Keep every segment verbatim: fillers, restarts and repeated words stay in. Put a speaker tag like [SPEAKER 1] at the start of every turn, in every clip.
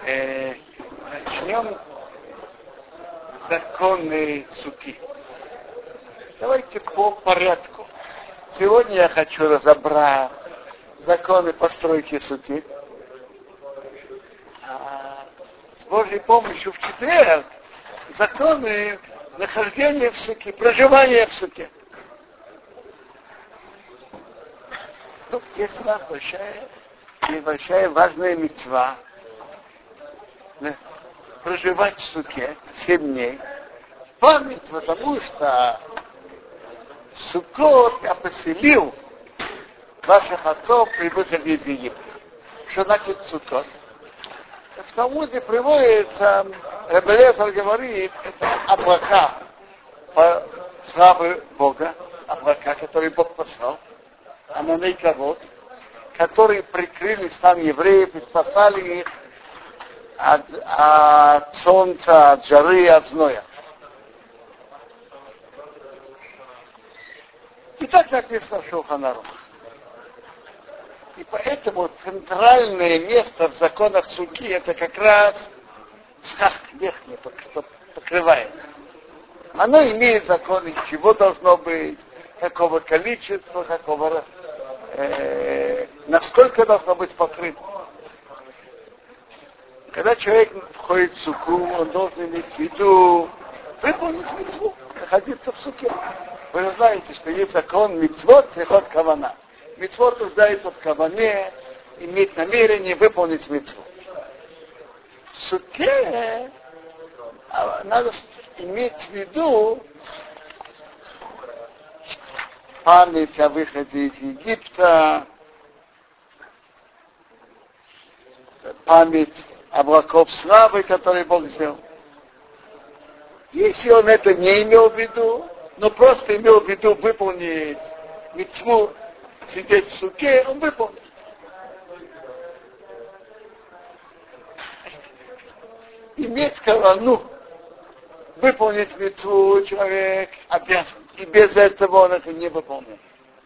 [SPEAKER 1] Э, начнем законы суки. Давайте по порядку. Сегодня я хочу разобрать законы постройки суки. А с Божьей помощью в четверг законы нахождения в суке, проживания в суке. Ну, есть у нас большая, большая важная мицва. Проживать в суке семь дней. Память, потому что в Суккот я поселил ваших отцов при выходе из Египта. Что значит Суккот? В Талмуде приводится, Ребе Элиэзер говорит, это облака по славы Бога, облака, которые Бог послал, Аманей Кавод, которые прикрыли стан евреев и спасали их от, от солнца, от жары, от зноя. И так написано в Шулхан Арух. И поэтому центральное место в законах суки это как раз схах, верхнее, покрывает. Оно имеет законы, чего должно быть, какого количества, какого, э, насколько должно быть покрыто. Когда человек входит в суку, он должен иметь в виду выполнить мицву, находиться в суке. Вы знаете, что есть закон мицвот, приход кавана. Мицвот нуждается в каване, иметь намерение выполнить мицву. В суке надо иметь в виду память о выходе из Египта, память облаков славы, которые Бог сделал. Если он это не имел в виду, но просто имел в виду выполнить мицву, сидеть в суке, он выполнил. Иметь кавану, выполнить мицву человек обязан. И без этого он это не выполнил.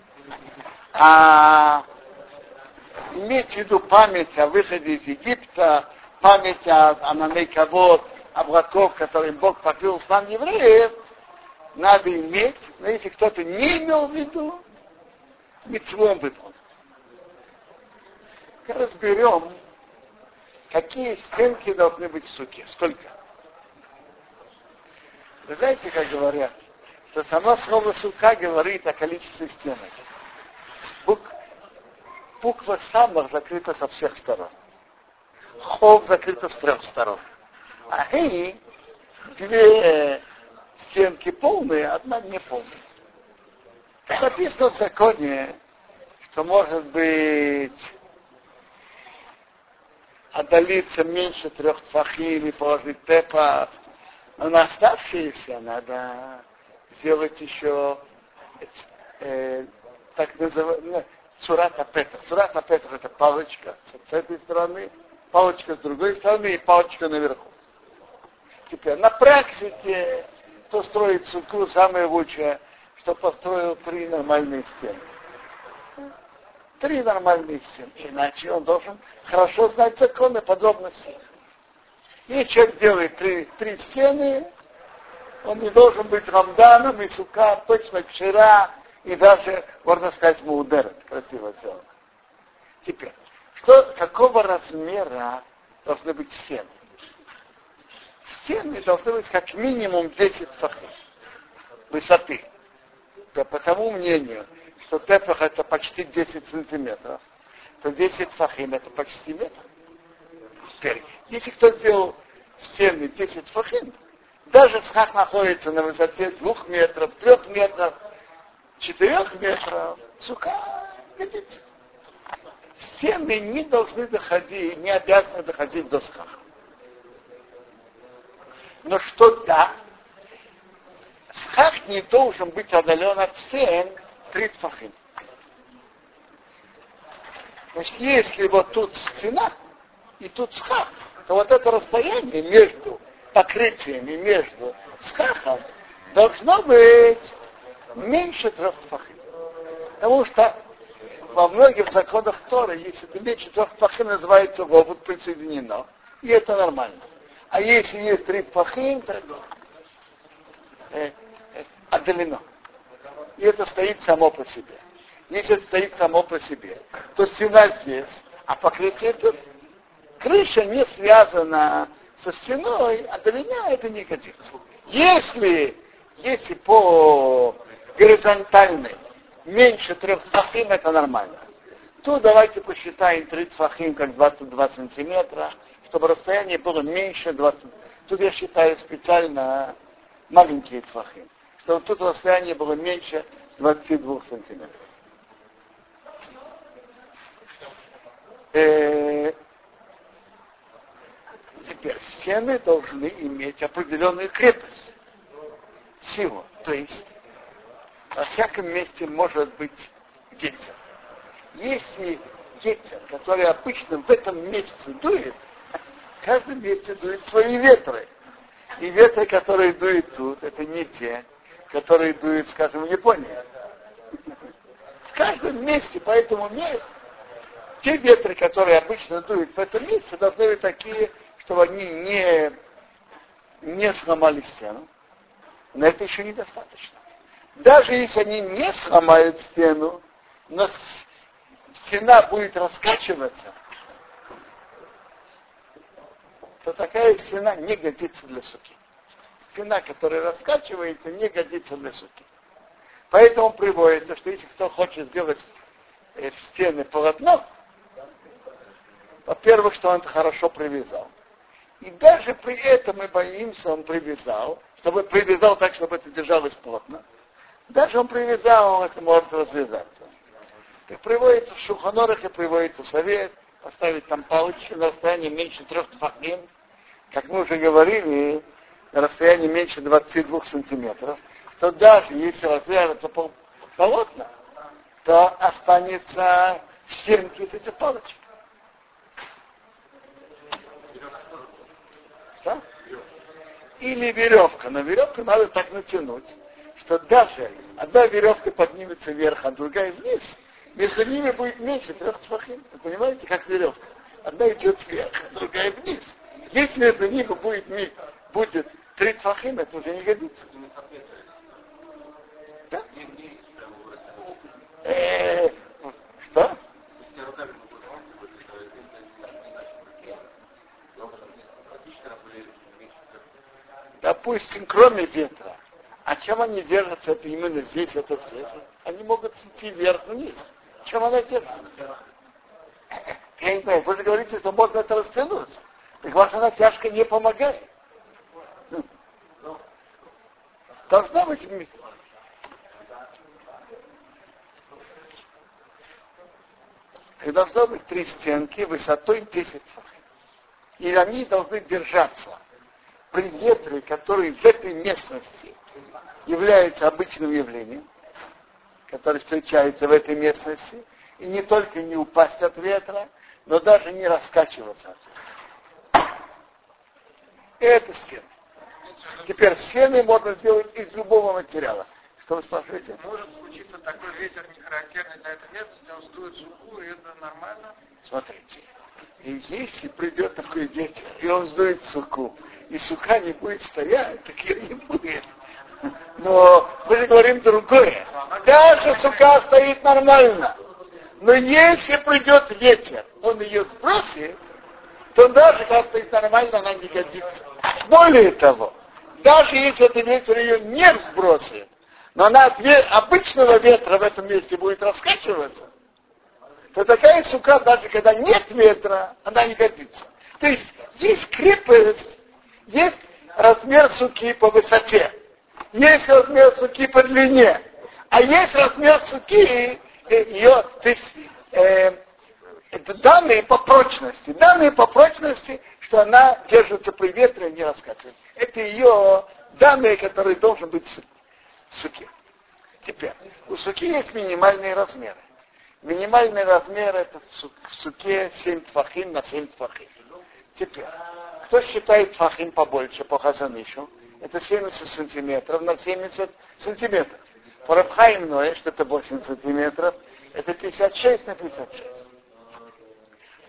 [SPEAKER 1] А иметь в виду память о выходе из Египта, память о Аманей Кавод, облаков, которым Бог покрыл стан евреев, надо иметь, но если кто-то не имел в виду, мицву он выполнил. Разберем, какие стенки должны быть в суке. Сколько? Вы знаете, как говорят, что само слово сука говорит о количестве стенок. Бук, буква самых закрыта со всех сторон. Хов закрыта с трех сторон. А хей, две стенки полные, одна не полная. Как написано в законе, что может быть отдалиться меньше трех тфахим и положить тепа, но на оставшиеся надо сделать еще э, так называемый цурата петах. Цурата петах это палочка с этой стороны, палочка с другой стороны и палочка наверху. Теперь на практике, кто строит суку, самое лучшее, что построил три нормальные стены. Три нормальные стены. Иначе он должен хорошо знать законы, подробности. Если человек делает три, три стены, он не должен быть рамданом и сука, точно вчера, и даже, можно сказать, муудер. Красиво сделано. Теперь, что, какого размера должны быть стены? Стены должны быть как минимум десять фахим высоты. Да, по тому мнению, что тефах это почти десять сантиметров, то десять фахим это почти метр. Теперь, если кто сделал стены десять фахим, даже схах находится на высоте двух метров, трех метров, четырех метров, сука, видите? Стены не должны доходить, не обязаны доходить до схаха. Но что да, схах не должен быть отдален от стен три тфахим. Значит, если вот тут стена и тут схах, то вот это расстояние между покрытиями, между схахом должно быть меньше трех тфахим. Потому что во многих законах Торы, если это меньше трех тфахим, называется вовод присоединено. и это нормально. А если есть три тфахим, то э, э, отдалено. И это стоит само по себе. Если это стоит само по себе, то стена здесь, а покрытие тут. Крыша не связана со стеной, а для меня это не годится. Если, если по горизонтальной меньше трех тфахим, это нормально. То давайте посчитаем три тфахим как двадцать два сантиметра, чтобы расстояние было меньше двадцати. Тут я считаю специально маленькие тфахим, чтобы тут расстояние было меньше двадцати двух сантиметров. Э- Теперь стены должны иметь определенную крепость, силу. То есть во всяком месте может быть ветер. Если ветер, который обычно в этом месте дует, в каждом месте дуют свои ветры. И ветры, которые дуют тут, это не те, которые дуют, скажем, в Японии. В каждом месте, поэтому те ветры, которые обычно дуют в этом месте, должны быть такие, чтобы они не, не сломали стену. Но это еще недостаточно. Даже если они не сломают стену, но стена будет раскачиваться, то такая стена не годится для суки. Стена, которая раскачивается, не годится для суки. Поэтому приводится, что если кто хочет сделать в стены полотно, во-первых, что он это хорошо привязал. И даже при этом мы боимся, он привязал, чтобы привязал так, чтобы это держалось плотно. Даже он привязал, он это может развязаться. Так приводится в Шулхан-Арух, и приводится совет, поставить там палочки на расстоянии меньше трех тфахим, как мы уже говорили, на расстоянии меньше двадцати двух сантиметров, то даже если развяжется пол- полотна, то останется стенки из этих палочек. Что? Или веревка. Но веревку надо так натянуть, что даже одна веревка поднимется вверх, а другая вниз, между ними будет меньше трех тфахим. Вы понимаете, как веревка? Одна идет вверх, а другая вниз. Если между ними будет, будет три тфахим, это уже не годится. Да? Э-э- что? Допустим, кроме ветра. А чем они держатся, это именно здесь, это здесь. Они могут идти вверх-вниз. Чем она держится? Я не знаю, вы же говорите, что можно это растянуть. Так ваша натяжка не помогает. Должна быть... И должно быть три стенки высотой десять футов. И они должны держаться при ветре, который в этой местности является обычным явлением, который встречается в этой местности, и не только не упасть от ветра, но даже не раскачиваться от ветра. Это стены. Теперь стены можно сделать из любого материала. Что вы спрашиваете?
[SPEAKER 2] Может случиться такой ветер не характерный для этой местности, он сдует суку, и это нормально?
[SPEAKER 1] Смотрите. И если придет такой ветер, и он сдует суку, и сука не будет стоять, так ее не будет. Но мы же говорим другое. Даже сука стоит нормально. Но если придет ветер, он ее сбросит, то даже когда стоит нормально, она не годится. Более того, даже если этот ветер ее не сбросит, но она от ве- обычного ветра в этом месте будет раскачиваться, то такая сука, даже когда нет ветра, она не годится. То есть есть крепость, есть размер суки по высоте, есть размер суки по длине, а есть размер суки, ее, то есть э, это данные по прочности, данные по прочности, что она держится при ветре и не раскачивается. Это ее данные, которые должны быть в суке. Теперь, у суки есть минимальные размеры. Минимальный размер это в суке семь тфахим на семь тфахим. Теперь, кто считает тфахим побольше по Хазанышу? Это семьдесят сантиметров на семьдесят сантиметров. По Рав Хаим Ноэ, что это восемь сантиметров, это пятьдесят шесть на пятьдесят шесть.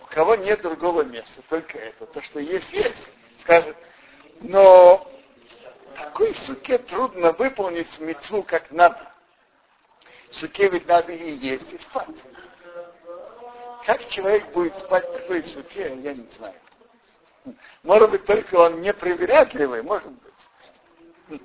[SPEAKER 1] у кого нет другого места, только это, то, что есть, есть, скажет, но такой суке трудно выполнить мицву как надо. В суке ведь надо и есть, и спать. Как человек будет спать в такой суке, я не знаю. Может быть, только он непривередливый, может быть.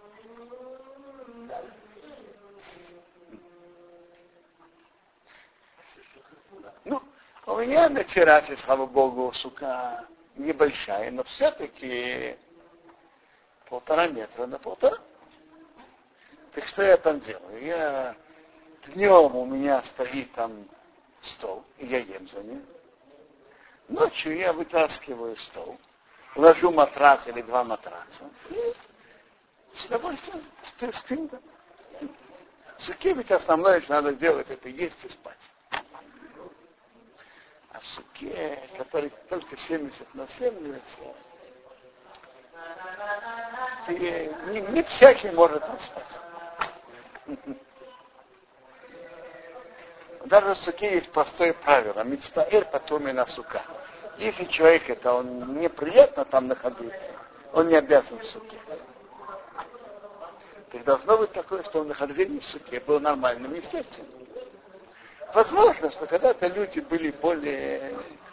[SPEAKER 1] Ну, у меня на террасе, слава богу, сука небольшая, но все-таки полтора метра на полтора. Так что я там делаю? Я днем у меня стоит там стол, и я ем за ним. Ночью я вытаскиваю стол, ложу матрас или два матраса, и с удовольствием спим. В суке ведь основное, что надо делать, это есть и спать. А в суке, который только семьдесят на семьдесят, ты, не, не всякий может не спать. Даже в суке есть простое правило. Мицтаэр потом и на сука. Если человек это, он неприятно там находиться, он не обязан в суке. Так должно быть такое, что он нахождение в суке было нормальным, естественным. Возможно, что когда-то люди были более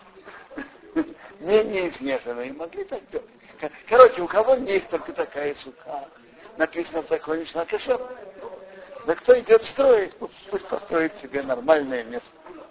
[SPEAKER 1] менее изнеженные, могли так делать. Короче, у кого есть только такая сука, написано в законе, что кошер. Да кто идет строить, пусть построит себе нормальное место.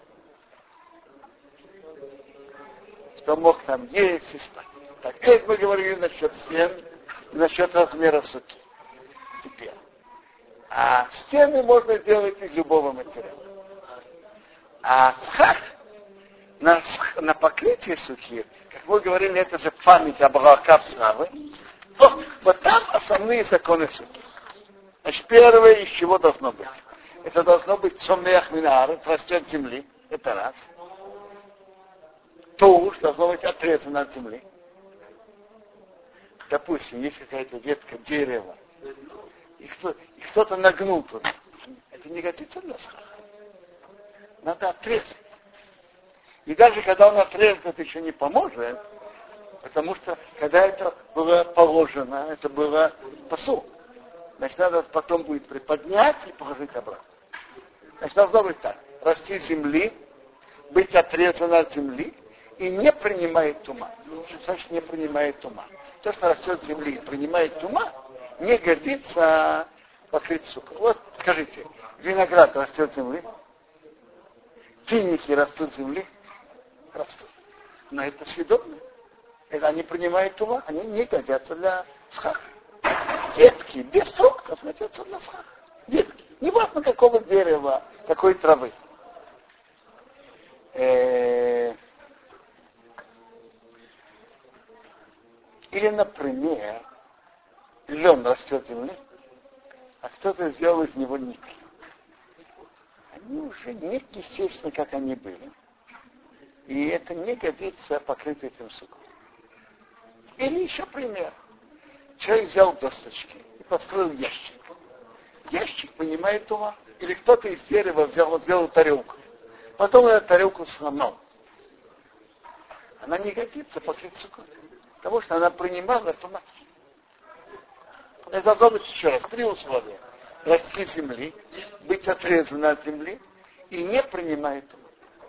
[SPEAKER 1] Что мог там есть и спать. Так, это мы говорили насчет стен, насчет размера суки. Теперь. А стены можно делать из любого материала. А схах на, на покрытие суки, как мы говорили, это же память об Авраам Славы. Вот, вот там основные законы суки. Значит, первое, из чего должно быть? Это должно быть цомный ахминар, растет земли. Это раз. Туш должно быть отрезано от земли. Допустим, есть какая-то ветка дерева, и, кто, и кто-то нагнул туда. Это не годится для схаха. Надо отрезать. И даже когда он отрезан, это еще не поможет, потому что когда это было положено, это было посол. Значит, надо потом будет приподнять и положить обратно. Значит, должно быть так. Расти земли, быть отрезано от земли и не принимает тума. Что значит не принимает тума? То, что растет с земли и принимает тума, не годится покрыть сукой. Вот, скажите, виноград растет с земли, финики растут с земли, растут. Но это съедобно. Это они принимают тума, они не годятся для схаха. Ветки без фруктов годятся для схаха. Ветки. Не важно какого дерева, какой травы. Э-э- Или, например, лен растет в земле, а кто-то сделал из него никель. Они уже не естественно, как они были. И это не годится покрыть этим суком. Или еще пример. Человек взял досточки и построил ящик. Ящик понимает ума. Или кто-то из дерева взял, сделал тарелку. Потом эту тарелку сломал. Она не годится покрыть сукой. Потому что она принимала тума. Это должно быть еще раз. Три условия. Расти земли, быть отрезан от земли и не принимает тума.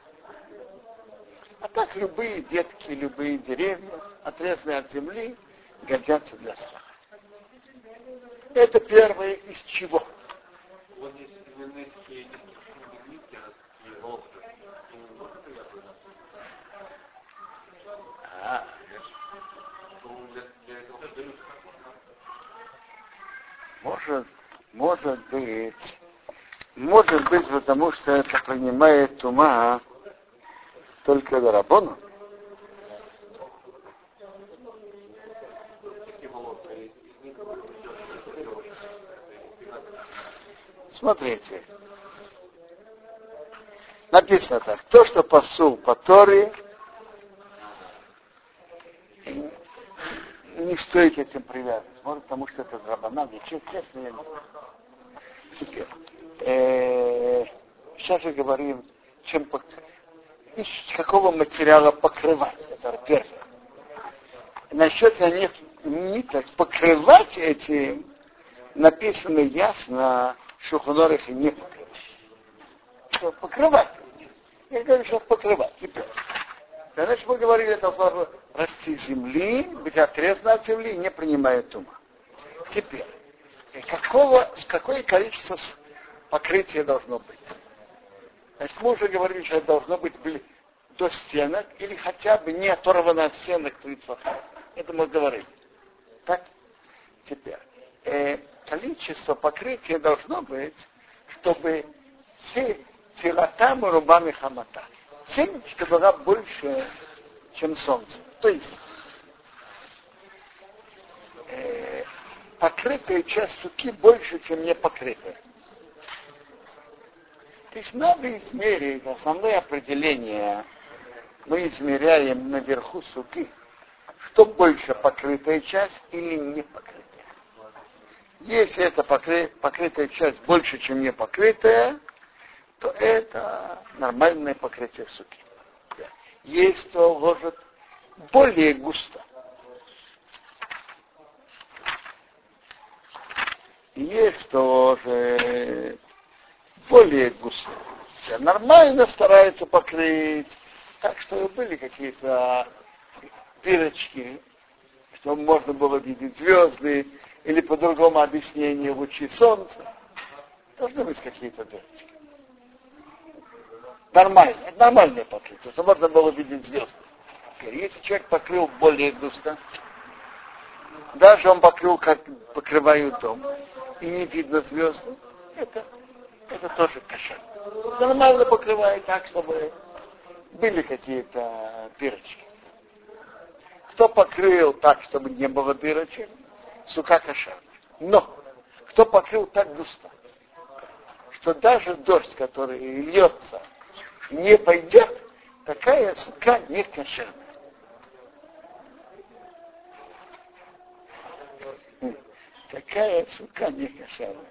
[SPEAKER 1] А так любые ветки, любые деревья, отрезанные от земли, годятся для схаха. Это первое из чего? А. Может, может быть, может быть, потому что это принимает тума только дарабону. Смотрите. Написано так. То, что посул по Торе, не стоит этим привязываться. Может, потому что это рабанан. Честно, я не знаю. Теперь. Э, сейчас же говорим, чем из какого материала покрывать. Это первое. Насчет них, ниток покрывать эти написано ясно, что Шулхан Арух не покрывать. Что покрывать. Я говорю, что покрывать. Теперь. Значит, мы говорили, это должно расти земли, быть отрезано от земли, не принимая ума. Теперь, какого, какое количество покрытия должно быть? Значит, мы уже говорили, что это должно быть до стенок или хотя бы не оторвано от стенок тридцать. Это мы говорили. Так? Теперь, э, количество покрытия должно быть, чтобы тилатам и рубами хамата. Тень, чтобы была больше, чем солнце. То есть, э, покрытая часть суки больше, чем не покрытая. То есть надо измерить основное определение. Мы измеряем наверху суки, что больше покрытая часть или не покрытая. Если это покры... покрытая часть больше, чем не покрытая, то это нормальное покрытие суки. Есть, кто ложит более густо. Есть, кто ложит более густо. Все нормально стараются покрыть, так что были какие-то дырочки, чтобы можно было видеть звезды, или по другому объяснению лучи солнца. Должны быть какие-то дырочки. Нормально, это нормальное покрытие, чтобы можно было видеть звезды. Теперь, если человек покрыл более густо, даже он покрыл, как покрывают дом, и не видно звезды, это, это тоже кошерно. Нормально покрывает так, чтобы были какие-то дырочки. Кто покрыл так, чтобы не было дырочек, сука кошерная. Но кто покрыл так густо, что даже дождь, который льется, не пойдет, такая сука не кошерная. Такая сука не кошерная.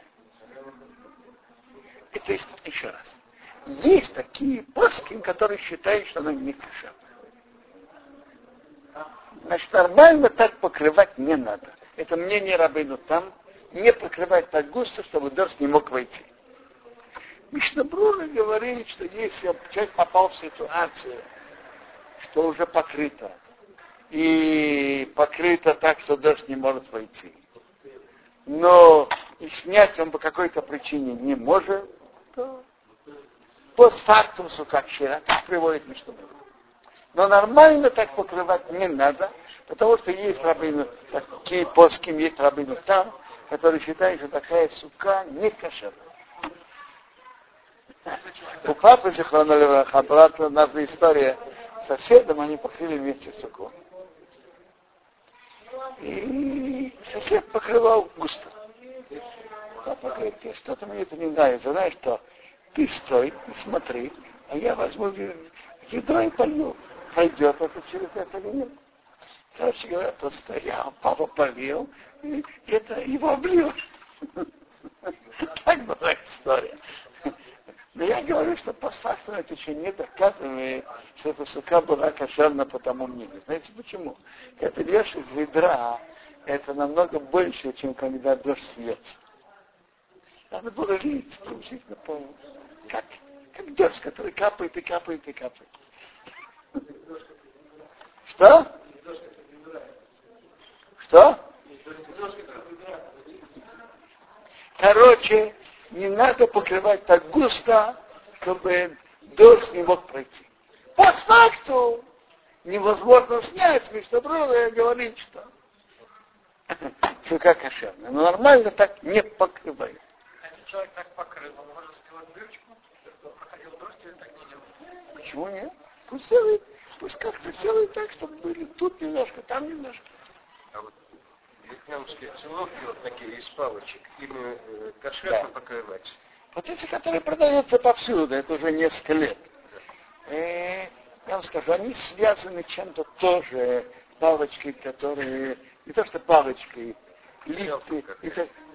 [SPEAKER 1] И то есть, еще раз, есть такие плоские, которые считают, что она не кошерная. Значит, нормально так покрывать не надо. Это мнение Рабейну Там, не покрывать так густо, чтобы дождь не мог войти. Мишна Брура говорит, что если человек попал в ситуацию, что уже покрыто, и покрыто так, что дождь не может войти, но и снять он по какой-то причине не может, то постфактум сука кшера, так приводит Мишна Брура. Но нормально так покрывать не надо, потому что есть рабыны, такие плоским, есть рабыны там, которые считают, что такая сука не кошерная. У папы Зихрона Левраха была одна история с соседом, они покрыли вместе суку. И сосед покрывал густо. Папа говорит, что-то мне это не нравится, знаешь что, ты стой и смотри, а я возьму ведро и полью. Пойдет это через это или нет. Короче говоря, тот стоял, папа полил, и это его облил. Так была история. Но я говорю, что постфактум это еще не доказывает, что эта сука была кошерна по тому мнению. Знаете почему? Когда ты льешь из ведра, это намного больше, чем когда дождь льется. Надо было лить приблизительно по... Как, как дождь, который капает и капает и капает. Что? Что? Короче, не надо покрывать так густо, чтобы дождь не мог пройти. По факту невозможно снять, Мишна Брура говорит, что сука кошерная. Но нормально так не покрывают.
[SPEAKER 2] Если человек так покрыл, он может сделать дырочку, чтобы проходил дождь, или так не делает?
[SPEAKER 1] Почему нет? Пусть делает, пусть как-то делает так, чтобы были тут немножко, там немножко.
[SPEAKER 3] А вот вьетнамские циновки вот такие из палочек, ими э, кошерно да. покрывать.
[SPEAKER 1] Вот эти, которые продаются повсюду, это уже несколько лет. И, я вам скажу, они связаны чем-то тоже палочкой, которые, не то что палочкой, липты,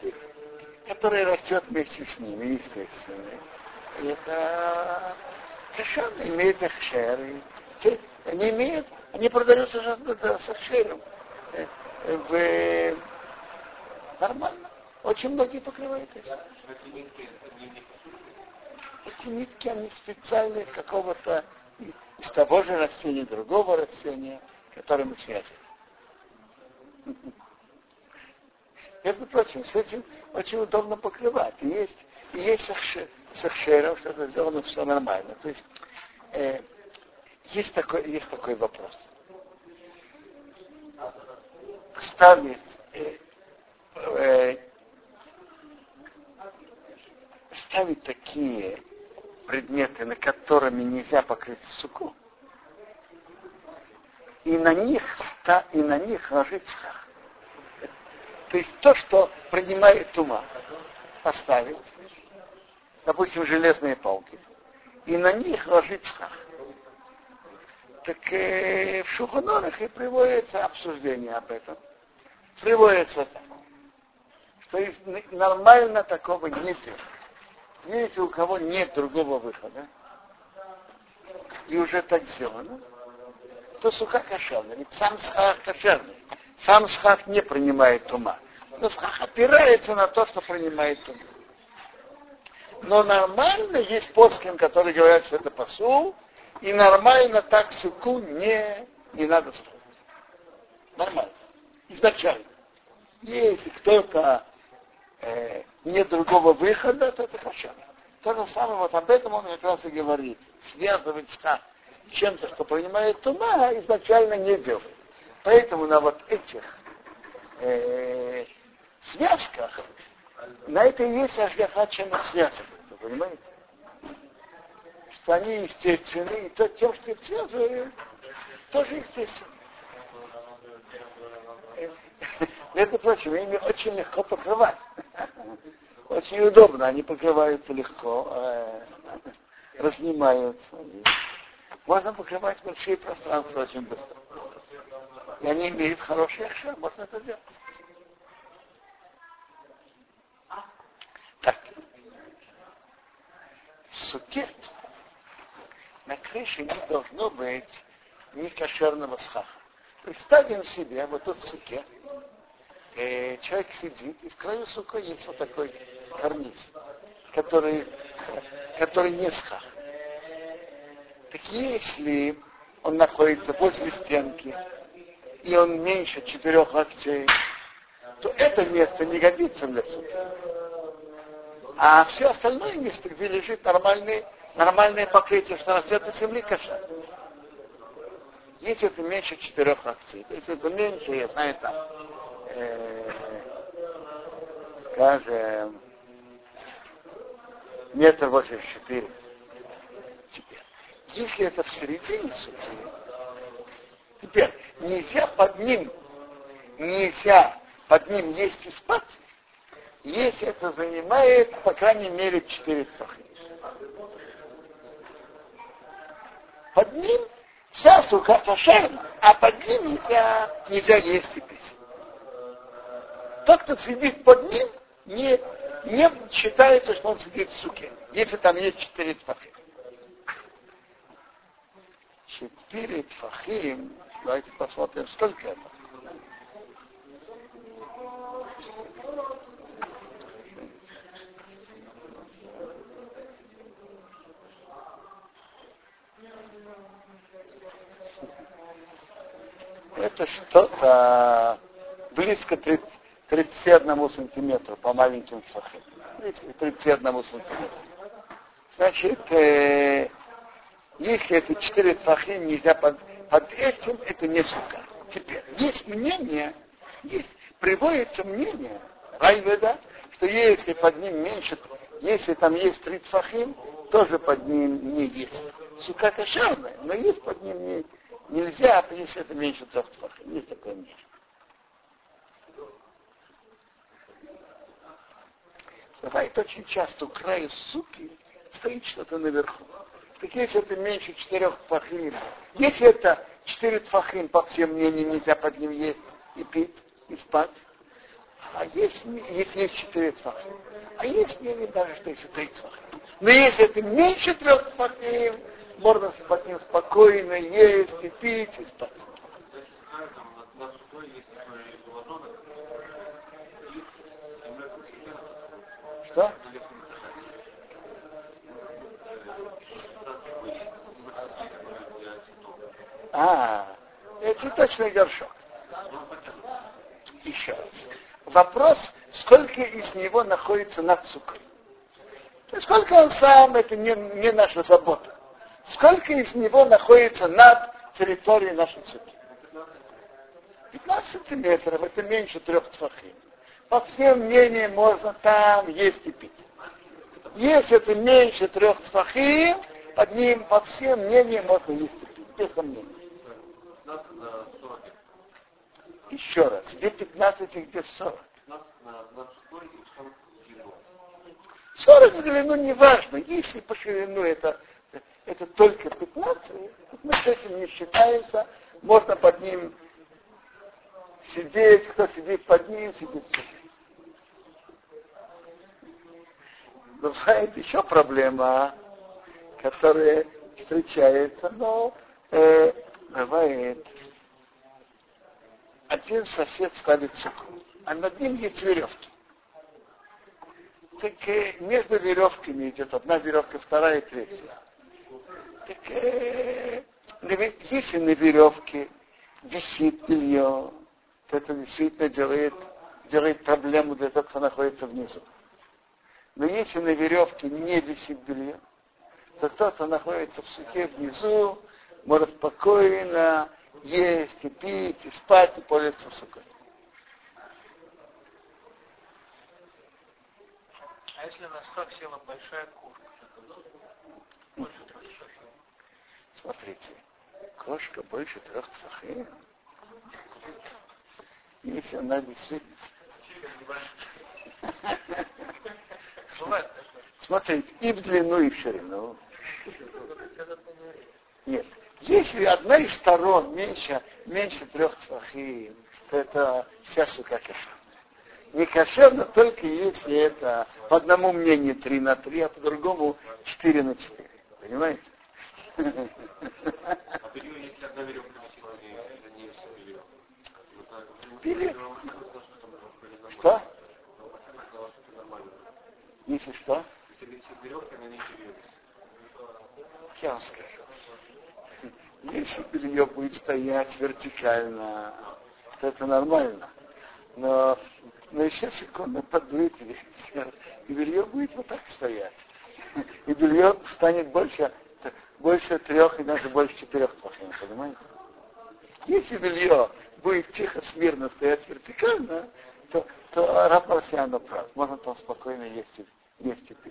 [SPEAKER 1] которая растет вместе с ними, естественно. Это кошерные имеют эхшер. И те, они имеют, они продаются же да, с эхшером. Э, э, нормально. Очень многие покрывают их. Эти нитки, они специальные какого-то из того же растения, другого растения, которым мы связаны. Между прочим, с этим очень удобно покрывать. И есть, и есть с эхшером, что это сделано все нормально. То есть э, есть, такой, есть такой вопрос. Ставить э, э, ставить такие предметы, на которыми нельзя покрыть суку, и на них, и на них ложить схах. То есть то, что принимает тума, поставить, допустим, железные палки, и на них ложить схах. Так э, в Шулхан Арухе и приводится обсуждение об этом. Приводится так, что есть, нормально такого не делать. Если у кого нет другого выхода, и уже так сделано, то сука кошерная. Ведь сам схах кошерный. Сам схах не принимает тума. Но схах опирается на то, что принимает тума. Но нормально есть послим, которые говорят, что это пасул, и нормально так суку не, не надо ставить. Нормально. Изначально. Если кто-то э, нет другого выхода, то это кошер. То же самое, вот об этом он как раз и говорит. Связывать схах чем-то, что принимает тума, изначально не делает. Поэтому на вот этих э, связках, на это и есть ашгаха, чем их связывают. Вы понимаете? Что они естественны, и то тем, что их связывают, тоже естественно. Между прочим, ими очень легко покрывать. Очень удобно, они покрываются легко, э, разнимаются. Можно покрывать большие пространства очень быстро. И они имеют хороший эхшер, можно это делать. Так. В суке на крыше не должно быть ни кошерного схаха. Представим себе, вот тут в суке э, человек сидит, и в краю сука есть вот такой карниз, который, который не схах. Так если он находится возле стенки, и он меньше четырех локтей, то это место не годится для суки. А все остальное место, где лежит нормальное, нормальное покрытие, что растет из земли, кошер. Если это меньше четырех локтей, то есть это меньше, я знаю, там, э, скажем, метр восемьдесят четыре. Теперь, если это в середине суки, теперь нельзя под ним, нельзя под ним есть и спать, если это занимает, по крайней мере, четыре тфахим. Под ним вся сука кошерна, а под ним нельзя, нельзя есть и пить. Тот, кто сидит под ним, не, не считается, что он сидит в суке, если там есть четыре тфахим. Четыре тфахим, давайте посмотрим, сколько это. Это что-то близко тридцати одного сантиметра по маленьким тфахим. Близко к тридцати одному сантиметру. Значит, э, если это четыре тфахим, нельзя под, под этим, это не сука. Теперь, есть мнение, есть, приводится мнение Райведа, что если под ним меньше, если там есть три тфахим, тоже под ним не есть. Сука кошерная, но есть под ним не, нельзя, если это меньше трех тфахим. Есть такое мнение. Бывает очень часто у края суки стоит что-то наверху. Так если это меньше четырех тфахим, если это четыре тфахим, по всем мнениям, нельзя под ним есть и пить, и спать. А есть, если есть четыре тфахим. А есть мнение даже, что если три тфахим. Но если это меньше трех тфахим, можно под ним спокойно есть и пить, и спать. Что? А, это цветочный горшок. Еще раз. Вопрос, сколько из него находится над цукром. Сколько он сам, это не, не наша забота. Сколько из него находится над территорией нашей цукры? пятнадцать сантиметров, это меньше трех тфахим. По всем мнениям можно там есть и пить. Если это меньше трех тфахим, под ним по всем мнениям можно есть и пить. Без сомнений. Еще раз, где пятнадцать и где сорок? сорок в длину не важно. Если по ширину это, это только пятнадцать, мы с этим не считаемся. Можно под ним сидеть, кто сидит под ним, сидит сидит. Бывает еще проблема, которая встречается, но э, бывает, один сосед ставит цукру, а над ним есть веревки. Так э, между веревками идет одна веревка, вторая и третья. Так э, если на веревке висит белье, то это действительно делает, делает проблему для того, кто находится внизу. Но если на веревке не висит белье, то тот, кто находится в суке внизу, может спокойно есть и пить, и спать, и пользоваться сукой.
[SPEAKER 2] А если на стак села большая кошка? Больше трех тфахим.
[SPEAKER 1] Смотрите, кошка больше трех тфахим. Если она действительно... Смотрите, и в длину, и в ширину. Нет. Если одна из сторон меньше, меньше трех тфахим, то это вся сука кошерная. Не кошерно только если это по одному мнению три на три, а по другому четыре на четыре. Понимаете?
[SPEAKER 3] А белье, если одна веревка не
[SPEAKER 1] Белье? Что? Если что? Я вам скажу. Если белье будет стоять вертикально, то это нормально. Но, но еще секунду подует ветер, и белье будет вот так стоять. И белье станет больше, больше трех и даже больше четырех тфахим, понимаете? Если белье будет тихо, смирно стоять вертикально, то, то Рав Марсиано прав. Можно там спокойно есть и, есть и пить.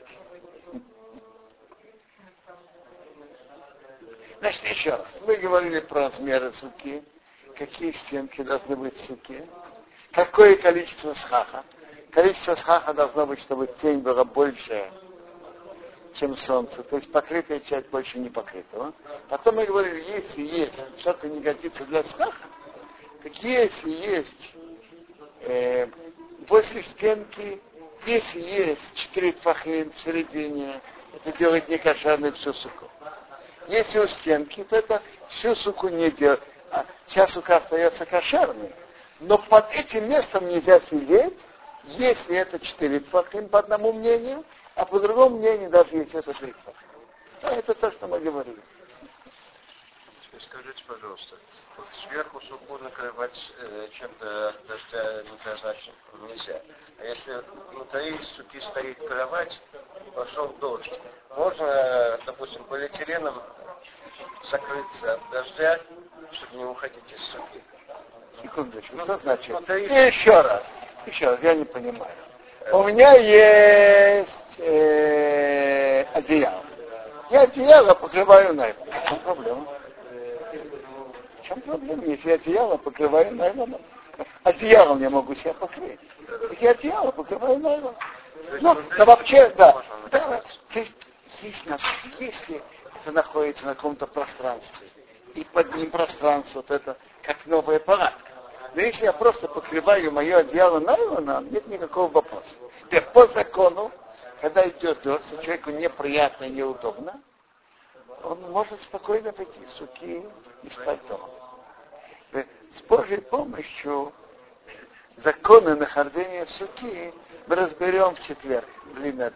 [SPEAKER 1] Значит, еще раз. Мы говорили про размеры суки, какие стенки должны быть в суке, какое количество схаха. Количество схаха должно быть, чтобы тень была больше, чем солнце. То есть покрытая часть больше не покрытого. Потом мы говорили, если есть что-то не годится для схаха, так если есть э, возле стенки, если есть четыре тфахим в середине, это делает некошерной всю суку. Если у стенки, то это всю суку не делает. А вся сука остается кошерной. Но под этим местом нельзя сидеть, если это четыре тфахим по одному мнению, а по другому мнению даже если это три тфахим. Да, это то, что мы говорили.
[SPEAKER 3] Скажите, пожалуйста, вот сверху суку накрывать э, чем-то дождя неоднозначно нельзя. А если внутри суки стоит кровать, пошел дождь, можно, допустим, полиэтиленом закрыться от дождя, чтобы не уходить из суки?
[SPEAKER 1] Секундочку, что значит? Внутри... Еще раз, еще раз, я не понимаю. У меня есть э, одеяло. Я одеяло покрываю найлоном. В чем проблема? В чем проблема? Если я одеяло покрываю найлоном. Одеялом я могу себя покрыть. Так я одеяло покрываю найлоном. Ну, да вообще, да. да есть, есть, если это находится на каком-то пространстве, и под ним пространство, вот это как новая палатка. Но если я просто покрываю мое одеяло найлоном, нет никакого вопроса. Теперь по закону, когда идет дождь, человеку неприятно и неудобно, он может спокойно пойти в суки и спать дома. С Божьей помощью законы нахождения в суки мы разберем в четверг, длинно.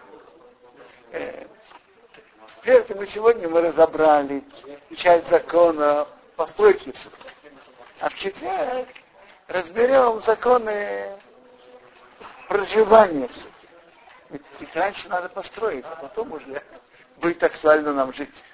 [SPEAKER 1] Поэтому сегодня мы разобрали часть закона постройки суки. А в четверг разберем законы проживания в суке. Ведь их раньше надо построить, а потом уже будет актуально нам жить.